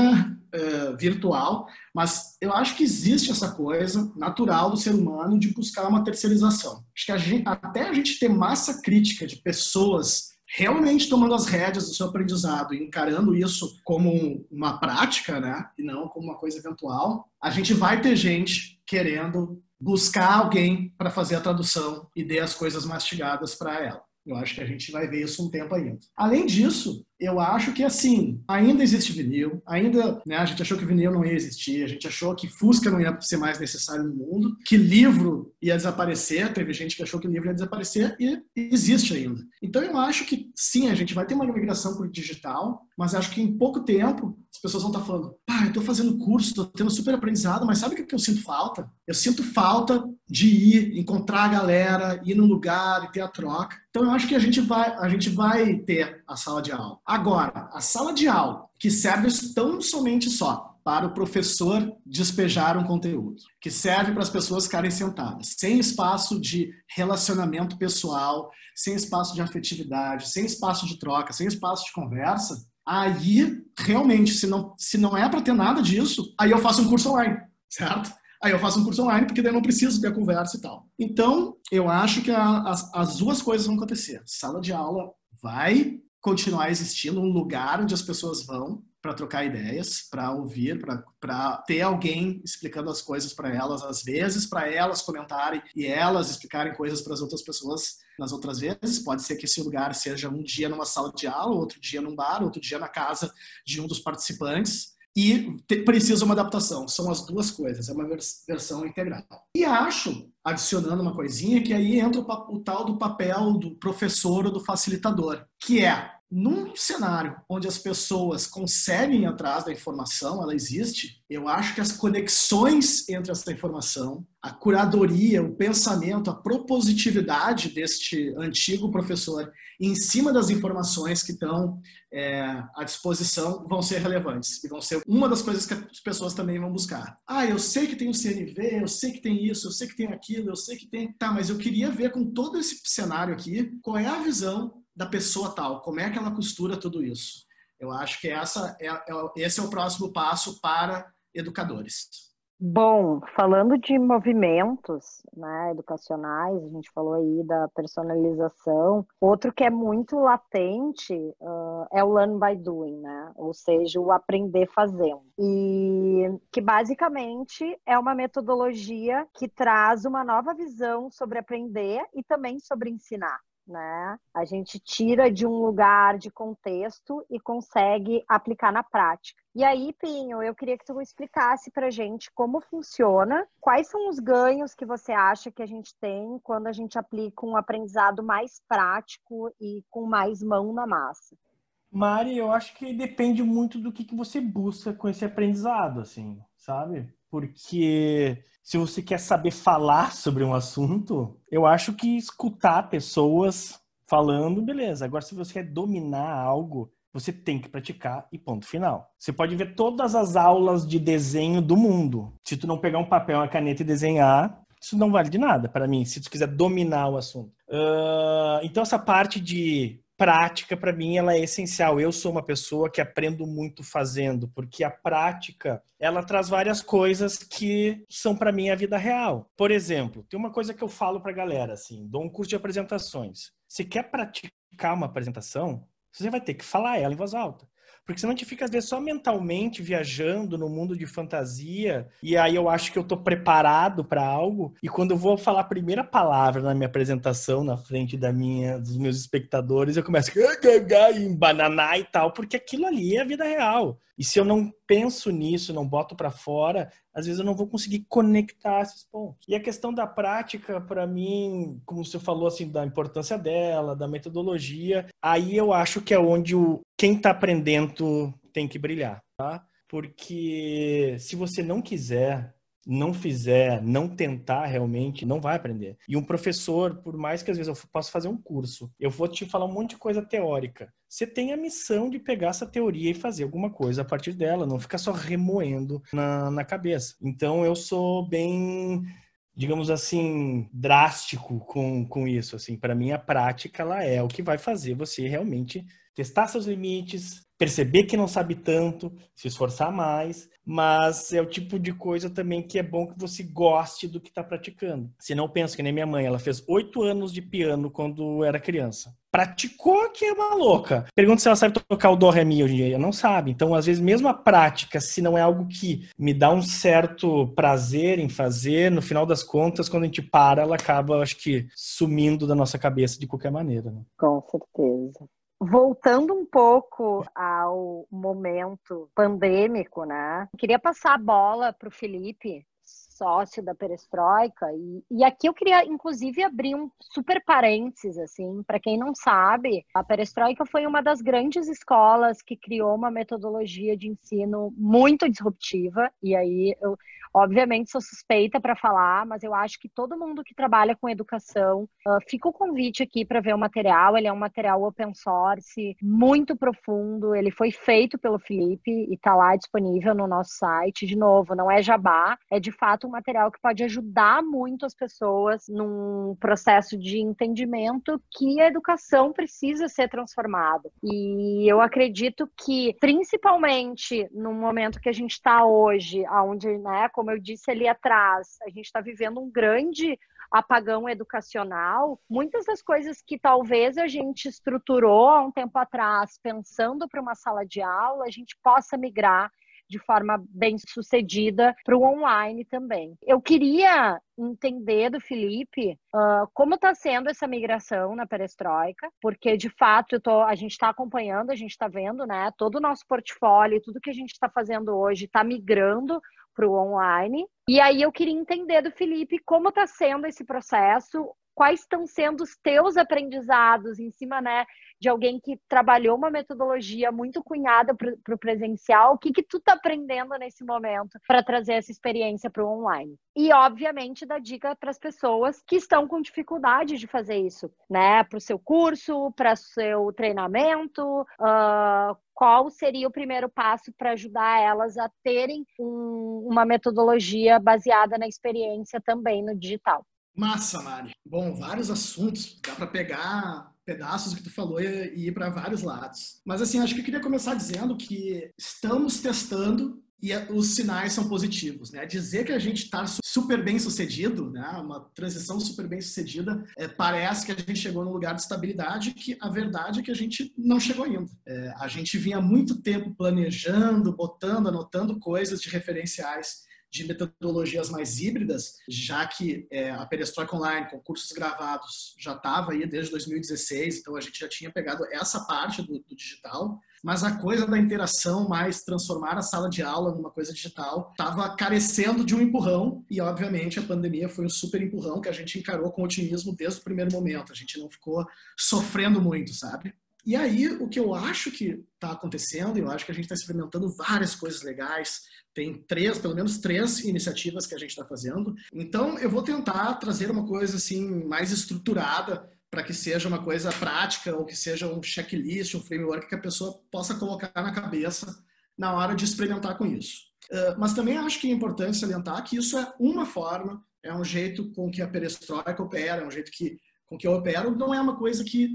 virtual, mas eu acho que existe essa coisa natural do ser humano de buscar uma terceirização. Acho que até a gente ter massa crítica de pessoas realmente tomando as rédeas do seu aprendizado e encarando isso como uma prática, né, e não como uma coisa eventual, a gente vai ter gente querendo buscar alguém para fazer a tradução e dar as coisas mastigadas para ela. Eu acho que a gente vai ver isso um tempo ainda. Além disso, eu acho que, assim, ainda existe vinil, ainda, né, a gente achou que vinil não ia existir, a gente achou que Fusca não ia ser mais necessário no mundo, que livro ia desaparecer, teve gente que achou que o livro ia desaparecer e existe ainda. Então eu acho que, sim, a gente vai ter uma migração para o digital, mas acho que em pouco tempo as pessoas vão estar falando, eu estou fazendo curso, estou tendo super aprendizado, mas sabe o que eu sinto falta? Eu sinto falta de ir, encontrar a galera, ir num lugar e ter a troca. Então eu acho que a gente vai ter a sala de aula. Agora, a sala de aula que serve tão somente só para o professor despejar um conteúdo, que serve para as pessoas ficarem sentadas, sem espaço de relacionamento pessoal, sem espaço de afetividade, sem espaço de troca, sem espaço de conversa, aí, realmente, se não é para ter nada disso, aí eu faço um curso online, certo? Aí eu faço um curso online, porque daí eu não preciso ter a conversa e tal. Então, eu acho que as duas coisas vão acontecer. Sala de aula vai continuar existindo, um lugar onde as pessoas vão para trocar ideias, para ouvir, para ter alguém explicando as coisas para elas, às vezes para elas comentarem e elas explicarem coisas para as outras pessoas nas outras vezes. Pode ser que esse lugar seja um dia numa sala de aula, outro dia num bar, outro dia na casa de um dos participantes. E precisa uma adaptação. São as duas coisas, é uma versão integral. E acho, adicionando uma coisinha, que aí entra o tal do papel do professor ou do facilitador, que é, num cenário onde as pessoas conseguem ir atrás da informação, ela existe, eu acho que as conexões entre essa informação, a curadoria, o pensamento, a propositividade deste antigo professor em cima das informações que estão à disposição vão ser relevantes e vão ser uma das coisas que as pessoas também vão buscar. Eu sei que tem o CNV, eu sei que tem isso, eu sei que tem aquilo, eu sei que tem... Tá, mas eu queria ver com todo esse cenário aqui, qual é a visão da pessoa tal, como é que ela costura tudo isso. Eu acho que esse é o próximo passo para educadores. Bom, falando de movimentos, né, educacionais, a gente falou aí da personalização. Outro que é muito latente é o learn by doing, né? Ou seja, o aprender fazendo. E que basicamente é uma metodologia que traz uma nova visão sobre aprender e também sobre ensinar. Né? A gente tira de um lugar de contexto e consegue aplicar na prática. E aí, Pinho, eu queria que tu explicasse pra gente como funciona, quais são os ganhos que você acha que a gente tem quando a gente aplica um aprendizado mais prático e com mais mão na massa. Mari, eu acho que depende muito do que você busca com esse aprendizado, assim, sabe? Porque se você quer saber falar sobre um assunto, eu acho que escutar pessoas falando, beleza. Agora, se você quer dominar algo, você tem que praticar e ponto final. Você pode ver todas as aulas de desenho do mundo. Se tu não pegar um papel, uma caneta e desenhar, isso não vale de nada para mim, se tu quiser dominar o assunto. Então, essa parte de prática, para mim, ela é essencial. Eu sou uma pessoa que aprendo muito fazendo, porque a prática, ela traz várias coisas que são para mim a vida real. Por exemplo, tem uma coisa que eu falo para a galera, assim, dou um curso de apresentações. Se quer praticar uma apresentação, você vai ter que falar ela em voz alta. Porque senão a gente fica, às vezes, só mentalmente viajando no mundo de fantasia, e aí eu acho que eu tô preparado para algo, e quando eu vou falar a primeira palavra na minha apresentação, na frente dos meus espectadores, eu começo a embananar e tal, porque aquilo ali é a vida real. E se eu não penso nisso, não boto para fora, às vezes eu não vou conseguir conectar esses pontos. E a questão da prática, para mim, como você falou, assim, da importância dela, da metodologia, aí eu acho que é onde quem está aprendendo tem que brilhar, tá? Porque se você não quiser, não fizer, não tentar realmente, não vai aprender. E um professor, por mais que às vezes eu possa fazer um curso, eu vou te falar um monte de coisa teórica. Você tem a missão de pegar essa teoria e fazer alguma coisa a partir dela, não ficar só remoendo na cabeça. Então eu sou bem, digamos assim, drástico com isso. Assim, para mim a prática ela é o que vai fazer você realmente testar seus limites, perceber que não sabe tanto, se esforçar mais, mas é o tipo de coisa também que é bom que você goste do que está praticando. Se não, pensa que nem minha mãe, ela fez 8 anos de piano quando era criança. Praticou que é uma louca. Pergunta se ela sabe tocar o dó, ré, mi hoje em dia. Não sabe. Então, às vezes, mesmo a prática, se não é algo que me dá um certo prazer em fazer, no final das contas, quando a gente para, ela acaba, acho que, sumindo da nossa cabeça de qualquer maneira, né? Com certeza. Voltando um pouco ao momento pandêmico, né? Queria passar a bola para o Felipe, sócio da Perestroika, e aqui eu queria, inclusive, abrir um super parênteses, assim, para quem não sabe, a Perestroika foi uma das grandes escolas que criou uma metodologia de ensino muito disruptiva, e aí eu, obviamente, sou suspeita para falar, mas eu acho que todo mundo que trabalha com educação, fica o convite aqui para ver o material. Ele é um material open source, muito profundo, ele foi feito pelo Felipe e está lá disponível no nosso site. De novo, não é jabá, é de fato um material que pode ajudar muito as pessoas num processo de entendimento que a educação precisa ser transformada. E eu acredito que, principalmente no momento que a gente está hoje, onde, né, como eu disse ali atrás, a gente está vivendo um grande apagão educacional, muitas das coisas que talvez a gente estruturou há um tempo atrás, pensando para uma sala de aula, a gente possa migrar de forma bem sucedida para o online também. Eu queria entender do Felipe como está sendo essa migração na Perestroika, porque de fato a gente está acompanhando, a gente está vendo, né, todo o nosso portfólio, tudo que a gente está fazendo hoje está migrando para o online. E aí eu queria entender do Felipe como está sendo esse processo, quais estão sendo os teus aprendizados em cima, né, de alguém que trabalhou uma metodologia muito cunhada para o presencial. O que tu está aprendendo nesse momento para trazer essa experiência para o online? E, obviamente, dar dica para as pessoas que estão com dificuldade de fazer isso, né, para o seu curso, para o seu treinamento, qual seria o primeiro passo para ajudar elas a terem uma metodologia baseada na experiência também no digital? Massa, Mari. Bom, vários assuntos. Dá para pegar pedaços que tu falou e ir para vários lados. Mas, assim, acho que eu queria começar dizendo que estamos testando e os sinais são positivos, né? Dizer que a gente está super bem sucedido, né? Uma transição super bem sucedida, parece que a gente chegou num lugar de estabilidade, que a verdade é que a gente não chegou ainda. A gente vinha há muito tempo planejando, botando, anotando coisas de referenciais de metodologias mais híbridas, já que a Perestroika Online, com cursos gravados, já estava aí desde 2016, então a gente já tinha pegado essa parte do digital, mas a coisa da interação, mais transformar a sala de aula numa coisa digital, estava carecendo de um empurrão, e obviamente a pandemia foi um super empurrão que a gente encarou com otimismo desde o primeiro momento, a gente não ficou sofrendo muito, sabe? E aí, o que eu acho que está acontecendo, eu acho que a gente está experimentando várias coisas legais, tem pelo menos três iniciativas que a gente está fazendo. Então, eu vou tentar trazer uma coisa assim mais estruturada para que seja uma coisa prática ou que seja um checklist, um framework que a pessoa possa colocar na cabeça na hora de experimentar com isso. Mas também acho que é importante salientar que isso é uma forma, é um jeito com que a Perestroika opera, é um jeito com que eu opero, não é uma coisa que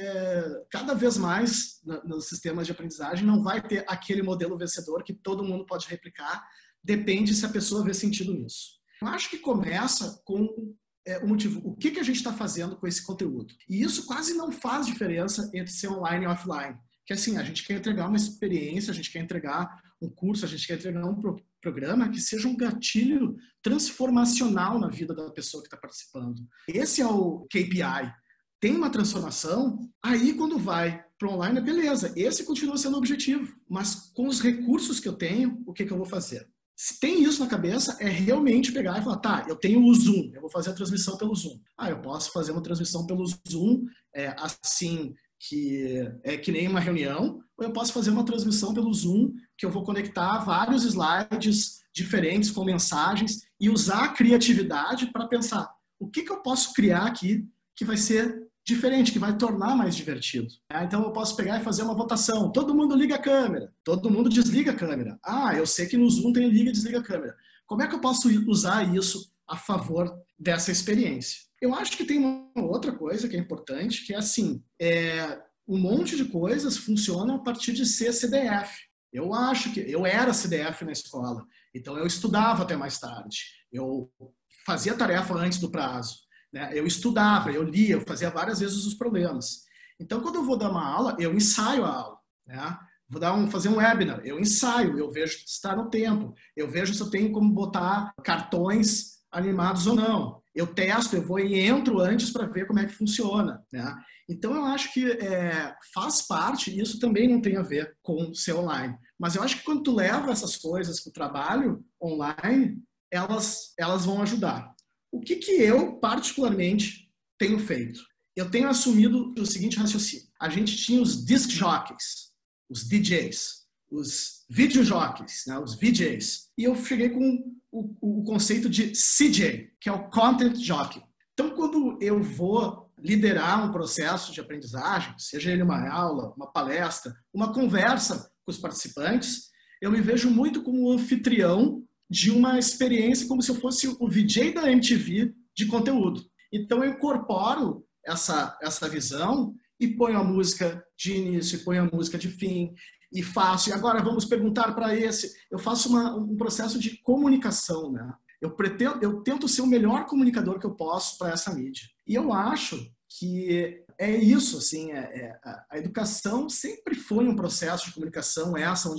cada vez mais nos sistemas de aprendizagem não vai ter aquele modelo vencedor que todo mundo pode replicar, depende se a pessoa vê sentido nisso. Eu acho que começa com o motivo, o que a gente está fazendo com esse conteúdo. E isso quase não faz diferença entre ser online e offline. Que assim, a gente quer entregar uma experiência, a gente quer entregar um curso, a gente quer entregar um programa que seja um gatilho transformacional na vida da pessoa que está participando. Esse é o KPI. Tem uma transformação, aí quando vai para o online, beleza, esse continua sendo o objetivo. Mas com os recursos que eu tenho, o que eu vou fazer? Se tem isso na cabeça, é realmente pegar e falar, tá, eu tenho o Zoom, eu vou fazer a transmissão pelo Zoom. Eu posso fazer uma transmissão pelo Zoom, assim, que é que nem uma reunião, ou eu posso fazer uma transmissão pelo Zoom, que eu vou conectar vários slides diferentes com mensagens e usar a criatividade para pensar o que eu posso criar aqui que vai ser diferente, que vai tornar mais divertido. Então eu posso pegar e fazer uma votação. Todo mundo liga a câmera, todo mundo desliga a câmera. Eu sei que no Zoom tem liga e desliga a câmera. Como é que eu posso usar isso a favor dessa experiência? Eu acho que tem uma outra coisa que é importante, que é assim, um monte de coisas funcionam a partir de ser CDF. Eu acho que eu era CDF na escola, então eu estudava até mais tarde. Eu fazia tarefa antes do prazo, né? Eu estudava, eu lia, eu fazia várias vezes os problemas. Então, quando eu vou dar uma aula, eu ensaio a aula, né? Fazer um webinar, eu ensaio, eu vejo se está no tempo, eu vejo se eu tenho como botar cartões animados ou não. Eu testo, eu vou e entro antes para ver como é que funciona, né? Então, eu acho que faz parte, e isso também não tem a ver com ser online. Mas eu acho que quando tu leva essas coisas para o trabalho online, elas vão ajudar. O que eu, particularmente, tenho feito? Eu tenho assumido o seguinte raciocínio. A gente tinha os disc jockeys, os DJs, os videojockeys, né, os VJs. E eu cheguei com o conceito de CJ, que é o Content Jockey. Então, quando eu vou liderar um processo de aprendizagem, seja ele uma aula, uma palestra, uma conversa com os participantes, eu me vejo muito como um anfitrião de uma experiência como se eu fosse o VJ da MTV de conteúdo. Então, eu incorporo essa visão e ponho a música de início, e ponho a música de fim, e faço, e agora vamos perguntar para esse. Eu faço um processo de comunicação, né? Eu tento ser o melhor comunicador que eu posso para essa mídia. E eu acho que é isso, assim, a educação sempre foi um processo de comunicação,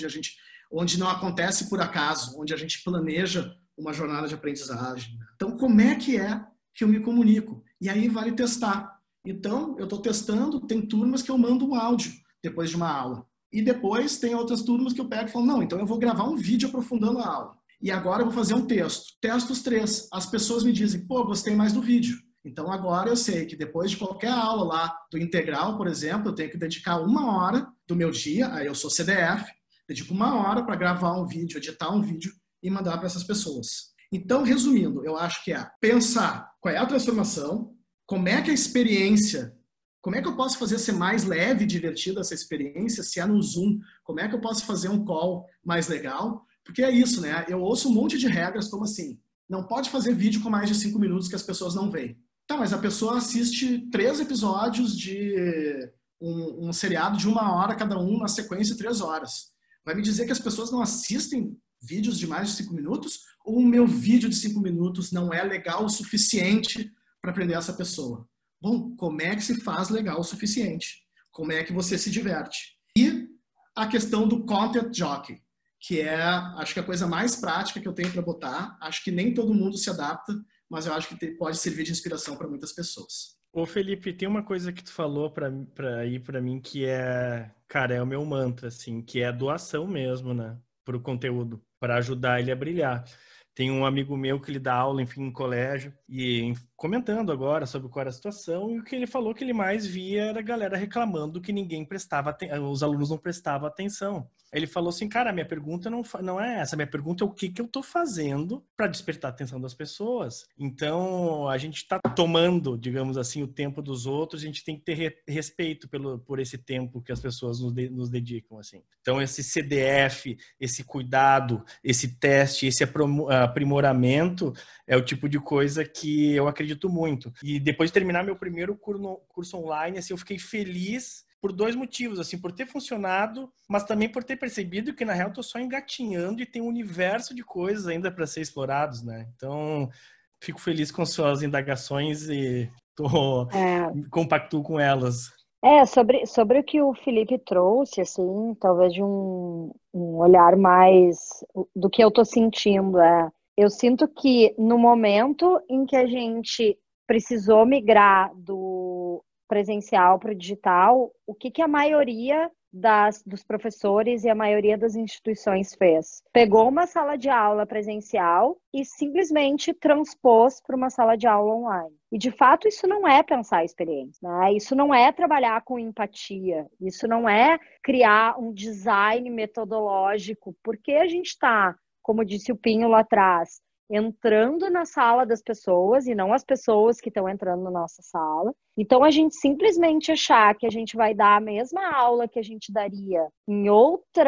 onde não acontece por acaso, onde a gente planeja uma jornada de aprendizagem. Então, como é que eu me comunico? E aí vale testar. Então, eu estou testando, tem turmas que eu mando um áudio depois de uma aula. E depois tem outras turmas que eu pego e falo, não, então eu vou gravar um vídeo aprofundando a aula. E agora eu vou fazer um texto. Testo os 3. As pessoas me dizem, pô, gostei mais do vídeo. Então agora eu sei que depois de qualquer aula lá do integral, por exemplo, eu tenho que dedicar 1 hora do meu dia, aí eu sou CDF, dedico 1 hora para gravar um vídeo, editar um vídeo e mandar para essas pessoas. Então, resumindo, eu acho que é pensar qual é a transformação, como é que a experiência, como é que eu posso fazer ser mais leve e divertida essa experiência, se é no Zoom, como é que eu posso fazer um call mais legal, porque é isso, né? Eu ouço um monte de regras como assim, não pode fazer vídeo com mais de 5 minutos que as pessoas não veem. Tá, mas a pessoa assiste 3 episódios de um seriado de 1 hora cada um, na sequência 3 horas. Vai me dizer que as pessoas não assistem vídeos de mais de 5 minutos? Ou o meu vídeo de 5 minutos não é legal o suficiente para aprender essa pessoa? Bom, como é que se faz legal o suficiente? Como é que você se diverte? E a questão do content jockey, que acho que a coisa mais prática que eu tenho para botar. Acho que nem todo mundo se adapta, mas eu acho que pode servir de inspiração para muitas pessoas. Ô Felipe, tem uma coisa que tu falou para mim que cara, é o meu mantra, assim, que é a doação mesmo, né, pro conteúdo, para ajudar ele a brilhar. Tem um amigo meu que ele dá aula, enfim, em colégio, e comentando agora sobre qual era a situação, e o que ele falou que ele mais via era a galera reclamando que ninguém prestava, os alunos não prestavam atenção. Ele falou assim, cara, minha pergunta não é essa, minha pergunta é o que eu tô fazendo para despertar a atenção das pessoas. Então, a gente tá tomando, digamos assim, o tempo dos outros, a gente tem que ter respeito por esse tempo que as pessoas nos dedicam, assim. Então, esse CDF, esse cuidado, esse teste, esse aprimoramento é o tipo de coisa que eu acredito muito. E depois de terminar meu primeiro curso online, assim, eu fiquei feliz por 2 motivos, assim, por ter funcionado, mas também por ter percebido que, na real, eu tô só engatinhando e tem um universo de coisas ainda para ser explorados, né? Então, fico feliz com suas indagações e compactuo com elas. Sobre o que o Felipe trouxe, assim, talvez de um olhar mais do que eu tô sentindo, eu sinto que no momento em que a gente precisou migrar do presencial para o digital, o que a maioria dos professores e a maioria das instituições fez? Pegou uma sala de aula presencial e simplesmente transpôs para uma sala de aula online. E, de fato, isso não é pensar a experiência, né? Isso não é trabalhar com empatia, isso não é criar um design metodológico, porque a gente está, como disse o Pinho lá atrás, entrando na sala das pessoas e não as pessoas que estão entrando na nossa sala. Então, a gente simplesmente achar que a gente vai dar a mesma aula que a gente daria em outro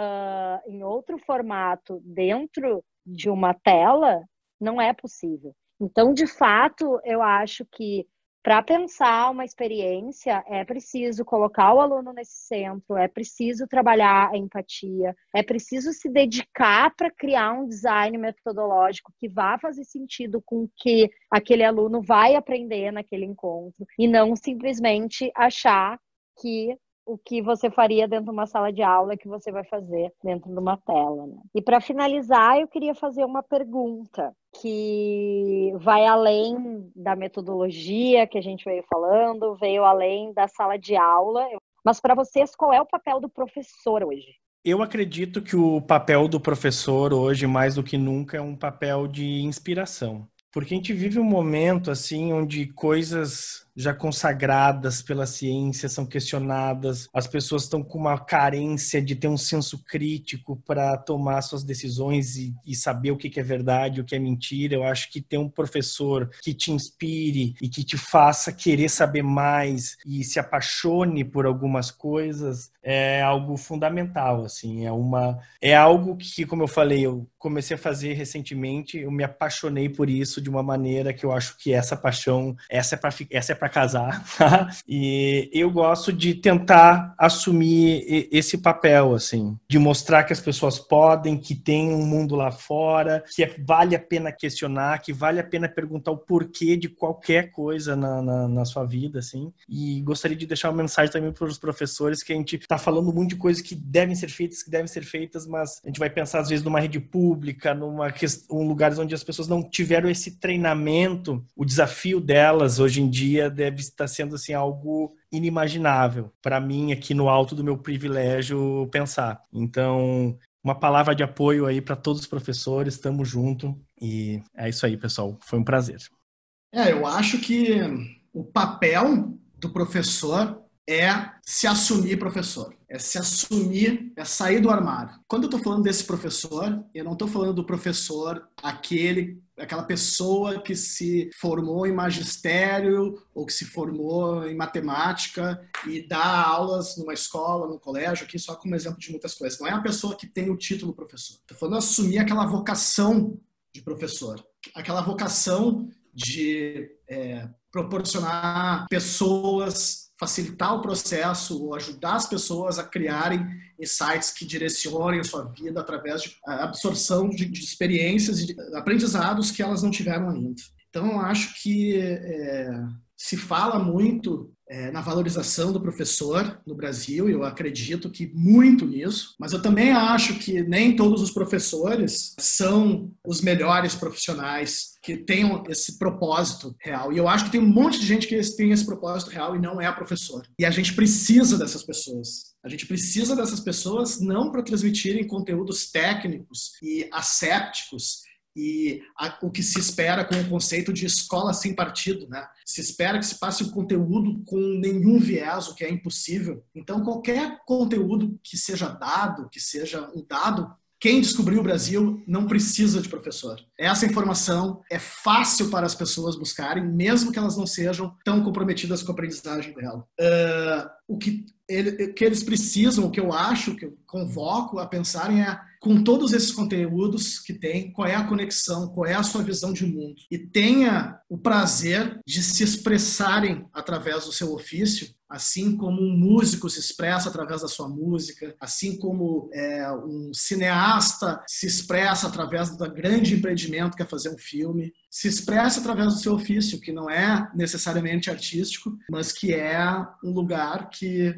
formato dentro de uma tela, não é possível. Então, de fato, eu acho que para pensar uma experiência, é preciso colocar o aluno nesse centro, é preciso trabalhar a empatia, é preciso se dedicar para criar um design metodológico que vá fazer sentido com o que aquele aluno vai aprender naquele encontro, e não simplesmente achar que o que você faria dentro de uma sala de aula que você vai fazer dentro de uma tela, né? E para finalizar, eu queria fazer uma pergunta que vai além da metodologia que a gente veio falando, veio além da sala de aula. Mas para vocês, qual é o papel do professor hoje? Eu acredito que o papel do professor hoje, mais do que nunca, é um papel de inspiração. Porque a gente vive um momento assim onde coisas já consagradas pela ciência são questionadas, as pessoas estão com uma carência de ter um senso crítico para tomar suas decisões e saber o que é verdade, o que é mentira. Eu acho que ter um professor que te inspire e que te faça querer saber mais e se apaixone por algumas coisas é algo fundamental, assim, é algo que, como eu falei, eu comecei a fazer recentemente, eu me apaixonei por isso de uma maneira que eu acho que essa paixão, essa é para casar, tá? E eu gosto de tentar assumir esse papel, assim, de mostrar que as pessoas podem, que tem um mundo lá fora, que vale a pena questionar, que vale a pena perguntar o porquê de qualquer coisa na sua vida, assim. E gostaria de deixar uma mensagem também para os professores, que a gente está falando muito de coisas que devem ser feitas, mas a gente vai pensar às vezes numa rede pública, lugares onde as pessoas não tiveram esse treinamento. O desafio delas hoje em dia deve estar sendo assim algo inimaginável para mim aqui no alto do meu privilégio pensar. Então, uma palavra de apoio aí para todos os professores, estamos junto e é isso aí, pessoal. Foi um prazer. Eu acho que o papel do professor é se assumir professor, é se assumir, é sair do armário. Quando eu estou falando desse professor, eu não estou falando do professor aquela pessoa que se formou em magistério ou que se formou em matemática e dá aulas numa escola, num colégio, aqui só como exemplo de muitas coisas. Não é a pessoa que tem o título professor. Estou falando de assumir aquela vocação de professor, aquela vocação de proporcionar pessoas, facilitar o processo, ou ajudar as pessoas a criarem insights que direcionem a sua vida através de absorção de experiências e de aprendizados que elas não tiveram ainda. Então, eu acho que se fala muito na valorização do professor no Brasil, e eu acredito que muito nisso, mas eu também acho que nem todos os professores são os melhores profissionais que tenham esse propósito real. E eu acho que tem um monte de gente que tem esse propósito real e não é professor. E a gente precisa dessas pessoas. A gente precisa dessas pessoas não para transmitirem conteúdos técnicos e assépticos e o que se espera com o conceito de escola sem partido, né? Se espera que se passe o conteúdo com nenhum viés, o que é impossível. Então, qualquer conteúdo que seja dado, que seja um dado, quem descobriu o Brasil não precisa de professor. Essa informação é fácil para as pessoas buscarem, mesmo que elas não sejam tão comprometidas com a aprendizagem dela. O que eles precisam, o que eu acho, que eu convoco a pensarem é, com todos esses conteúdos que tem, qual é a conexão, qual é a sua visão de mundo. E tenha o prazer de se expressarem através do seu ofício, assim como um músico se expressa através da sua música, assim como um cineasta se expressa através do grande empreendimento que é fazer um filme, se expressa através do seu ofício, que não é necessariamente artístico, mas que é um lugar que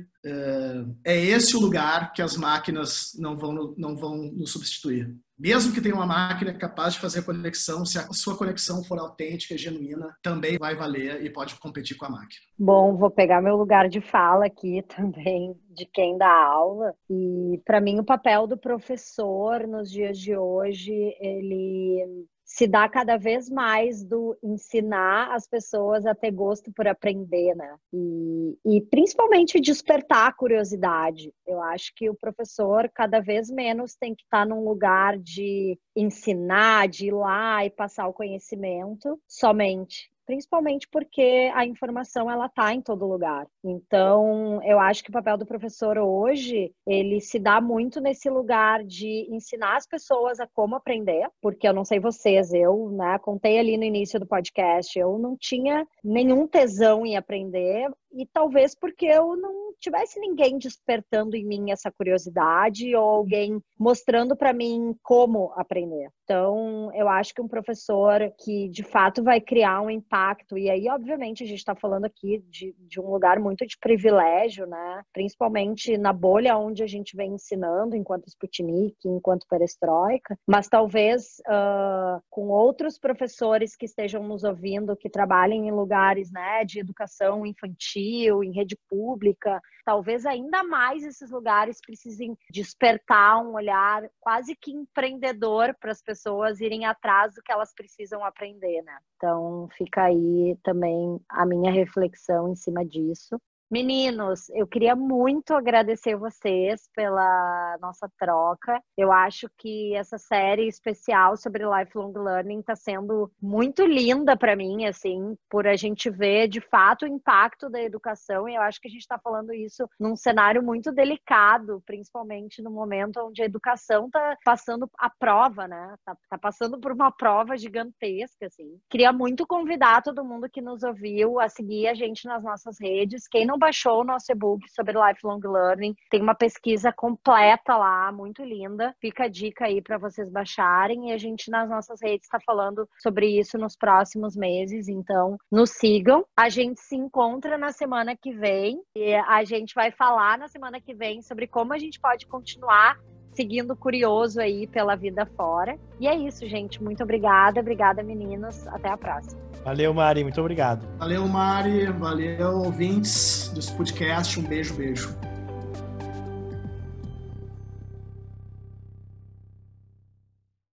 é esse o lugar que as máquinas não vão nos substituir. Mesmo que tenha uma máquina capaz de fazer a conexão, se a sua conexão for autêntica e genuína, também vai valer e pode competir com a máquina. Bom, vou pegar meu lugar de fala aqui também, de quem dá aula. E, para mim, o papel do professor nos dias de hoje, ele se dá cada vez mais do ensinar as pessoas a ter gosto por aprender, né? E principalmente despertar a curiosidade. Eu acho que o professor cada vez menos tem que estar num lugar de ensinar, de ir lá e passar o conhecimento somente. principalmente porque a informação ela tá em todo lugar. Então, eu acho que o papel do professor hoje, ele se dá muito nesse lugar de ensinar as pessoas a como aprender, porque eu não sei vocês, eu, né, contei ali no início do podcast, eu não tinha nenhum tesão em aprender, e talvez porque eu não tivesse ninguém despertando em mim essa curiosidade ou alguém mostrando para mim como aprender. Então, eu acho que um professor que de fato vai criar um impacto, e aí, obviamente, a gente está falando aqui de um lugar muito de privilégio, né? Principalmente na bolha onde a gente vem ensinando, enquanto Sputnik, enquanto Perestroika, mas talvez com outros professores que estejam nos ouvindo, que trabalhem em lugares, né, de educação infantil, em rede pública, talvez ainda mais esses lugares precisem despertar um olhar quase que empreendedor para as pessoas irem atrás do que elas precisam aprender, né? Então, fica aí também a minha reflexão em cima disso. Meninos, eu queria muito agradecer vocês pela nossa troca. Eu acho que essa série especial sobre lifelong learning está sendo muito linda para mim, assim, por a gente ver de fato o impacto da educação. E eu acho que a gente está falando isso num cenário muito delicado, principalmente no momento onde a educação está passando a prova, né? Tá passando por uma prova gigantesca, assim. Queria muito convidar todo mundo que nos ouviu a seguir a gente nas nossas redes. Quem não baixou o nosso e-book sobre lifelong learning, tem uma pesquisa completa lá, muito linda. Fica a dica aí para vocês baixarem, e a gente nas nossas redes está falando sobre isso nos próximos meses, então nos sigam. A gente se encontra na semana que vem e a gente vai falar na semana que vem sobre como a gente pode continuar seguindo curioso aí pela vida fora. E é isso, gente. Muito obrigada. Obrigada, meninos. Até a próxima. Valeu, Mari. Muito obrigado. Valeu, Mari. Valeu, ouvintes do podcast. Um beijo, beijo.